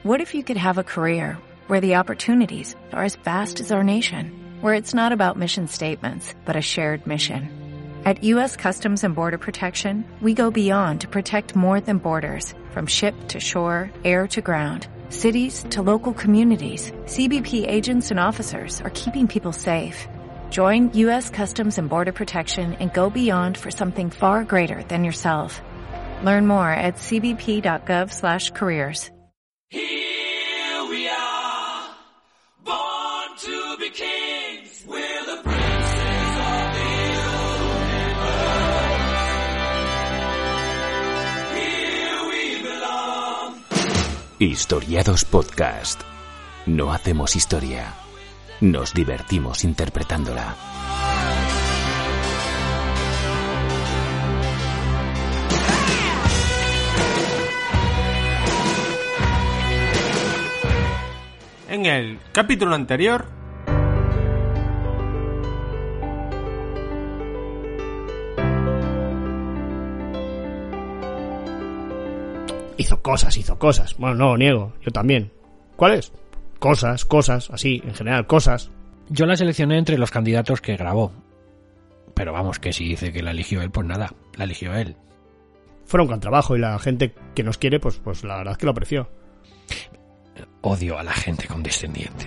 What if you could have a career where the opportunities are as vast as our nation, where it's not about mission statements, but a shared mission? At U.S. Customs and Border Protection, we go beyond to protect more than borders, from ship to shore, air to ground, cities to local communities. CBP agents and officers are keeping people safe. Join U.S. Customs and Border Protection and go beyond for something far greater than yourself. Learn more at cbp.gov/careers. Here we are, born to be kings. We're the princes of the universe. Here we belong. Historiados Podcast. No hacemos historia. Nos divertimos interpretándola. En el capítulo anterior hizo cosas. Bueno, no lo niego, yo también. ¿Cuáles? Cosas, así, en general, cosas. Yo la seleccioné entre los candidatos que grabó. Pero vamos, que si dice que la eligió él, pues nada, la eligió él. Fueron con trabajo y la gente que nos quiere, pues la verdad es que lo apreció. Odio a la gente condescendiente.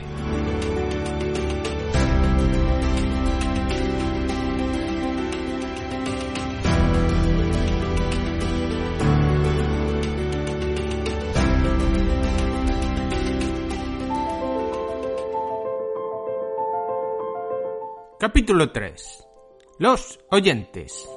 Capítulo 3. Los oyentes.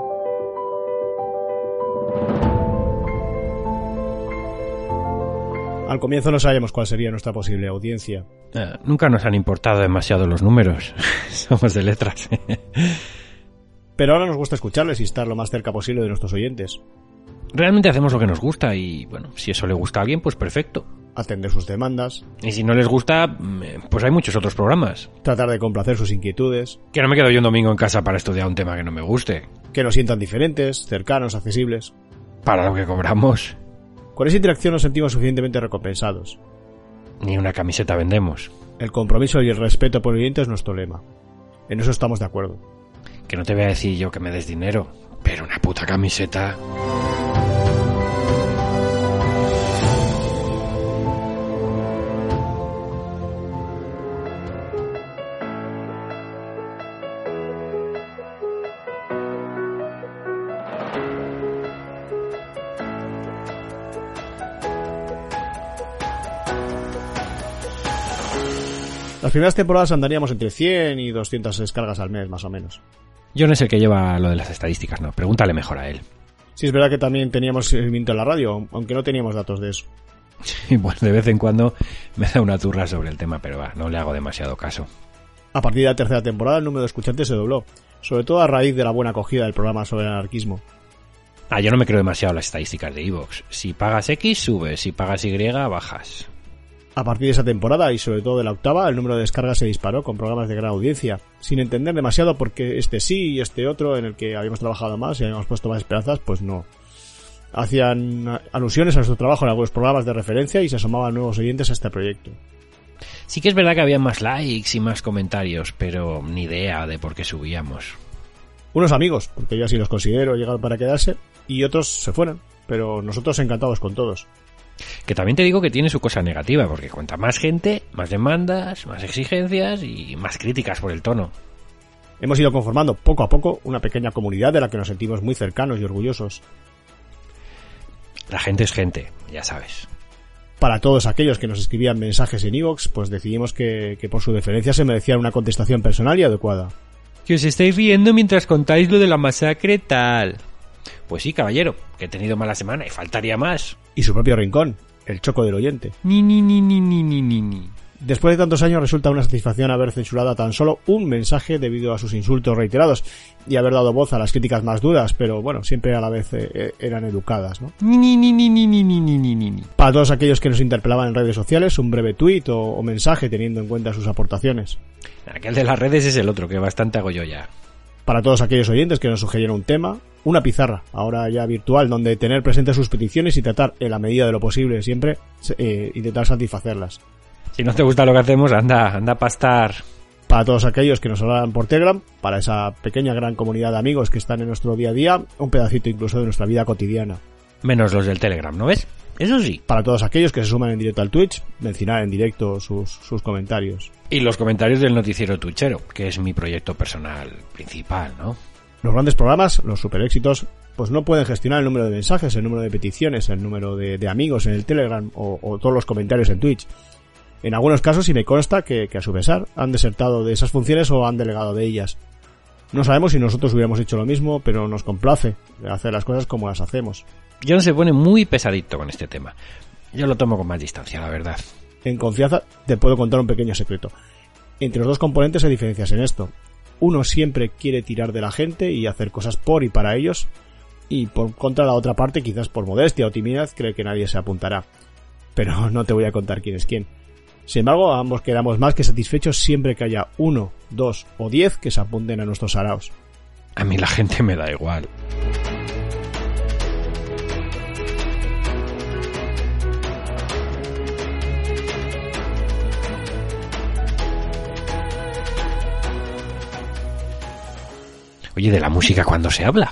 Al comienzo no sabíamos cuál sería nuestra posible audiencia. Nunca nos han importado demasiado los números. Somos de letras. Pero ahora nos gusta escucharles y estar lo más cerca posible de nuestros oyentes. Realmente hacemos lo que nos gusta y, bueno, si eso le gusta a alguien, pues perfecto. Atender sus demandas. Y si no les gusta, pues hay muchos otros programas. Tratar de complacer sus inquietudes. Que no me quedo yo un domingo en casa para estudiar un tema que no me guste. Que nos sientan diferentes, cercanos, accesibles. Para lo que cobramos. Con esa interacción nos sentimos suficientemente recompensados. Ni una camiseta vendemos. El compromiso y el respeto por el oyente es nuestro lema. En eso estamos de acuerdo. Que no te voy a decir yo que me des dinero, pero una puta camiseta. Las primeras temporadas andaríamos entre 100 y 200 descargas al mes, más o menos. Yo no es el que lleva lo de las estadísticas, no. Pregúntale mejor a él. Sí, es verdad que también teníamos seguimiento en la radio, aunque no teníamos datos de eso. Y bueno, de vez en cuando me da una turra sobre el tema, pero no le hago demasiado caso. A partir de la tercera temporada el número de escuchantes se dobló, sobre todo a raíz de la buena acogida del programa sobre el anarquismo. Yo no me creo demasiado las estadísticas de iVoox. Si pagas X, subes. Si pagas Y, bajas. A partir de esa temporada y sobre todo de la octava, el número de descargas se disparó con programas de gran audiencia, sin entender demasiado por qué este sí y este otro, en el que habíamos trabajado más y habíamos puesto más esperanzas, pues no. Hacían alusiones a nuestro trabajo en algunos programas de referencia y se asomaban nuevos oyentes a este proyecto. Sí que es verdad que había más likes y más comentarios, pero ni idea de por qué subíamos. Unos amigos, porque yo así los considero, llegaron para quedarse, y otros se fueron, pero nosotros encantados con todos. Que también te digo que tiene su cosa negativa, porque cuanta más gente, más demandas, más exigencias y más críticas por el tono. Hemos ido conformando poco a poco una pequeña comunidad de la que nos sentimos muy cercanos y orgullosos. La gente es gente, ya sabes. Para todos aquellos que nos escribían mensajes en iVoox, pues decidimos que por su deferencia se merecían una contestación personal y adecuada. Que os estáis riendo mientras contáis lo de la masacre tal. Pues sí, caballero, que he tenido mala semana y faltaría más. Y su propio rincón, el choco del oyente. Ni. Después de tantos años resulta una satisfacción haber censurado tan solo un mensaje debido a sus insultos reiterados y haber dado voz a las críticas más duras, pero bueno, siempre a la vez eran educadas, ¿no? Ni. Para todos aquellos que nos interpelaban en redes sociales, un breve tuit o mensaje teniendo en cuenta sus aportaciones. Aquel de las redes es el otro, que bastante hago yo ya. Para todos aquellos oyentes que nos sugirieron un tema, una pizarra, ahora ya virtual, donde tener presentes sus peticiones y tratar, en la medida de lo posible siempre, intentar satisfacerlas. Si no te gusta lo que hacemos, anda a pastar. Para todos aquellos que nos hablan por Telegram, para esa pequeña gran comunidad de amigos que están en nuestro día a día, un pedacito incluso de nuestra vida cotidiana. Menos los del Telegram, ¿no ves? Eso sí. Para todos aquellos que se suman en directo al Twitch, mencionar en directo sus comentarios. Y los comentarios del noticiero Twitchero, que es mi proyecto personal principal, ¿no? Los grandes programas, los super éxitos, pues no pueden gestionar el número de mensajes, el número de peticiones, el número de amigos en el Telegram o todos los comentarios en Twitch. En algunos casos sí me consta que a su pesar han desertado de esas funciones o han delegado de ellas. No sabemos si nosotros hubiéramos hecho lo mismo, pero nos complace hacer las cosas como las hacemos. John se pone muy pesadito con este tema. Yo lo tomo con más distancia, la verdad. En confianza te puedo contar un pequeño secreto. Entre los dos componentes hay diferencias en esto. Uno siempre quiere tirar de la gente y hacer cosas por y para ellos, y por contra la otra parte, quizás por modestia o timidez, cree que nadie se apuntará. Pero no te voy a contar quién es quién. Sin embargo, ambos quedamos más que satisfechos siempre que haya 1, 2 o 10 que se apunten a nuestros saraos. A mí la gente me da igual. Oye, de la música, ¿cuándo se habla?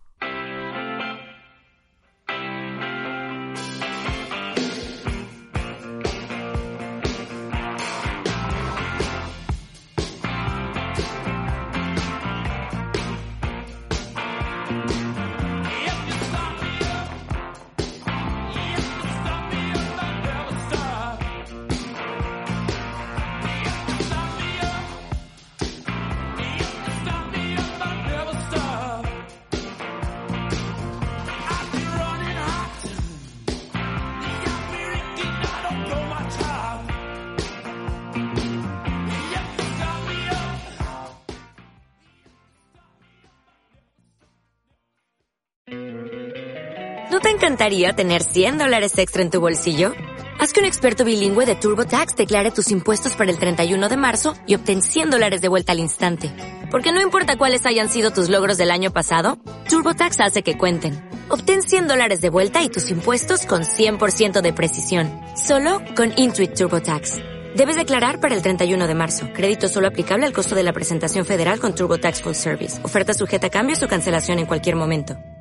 ¿No te encantaría tener $100 extra en tu bolsillo? Haz que un experto bilingüe de TurboTax declare tus impuestos para el 31 de marzo y obtén $100 de vuelta al instante. Porque no importa cuáles hayan sido tus logros del año pasado, TurboTax hace que cuenten. Obtén $100 de vuelta y tus impuestos con 100% de precisión. Solo con Intuit TurboTax. Debes declarar para el 31 de marzo. Crédito solo aplicable al costo de la presentación federal con TurboTax Full Service. Oferta sujeta a cambios o cancelación en cualquier momento.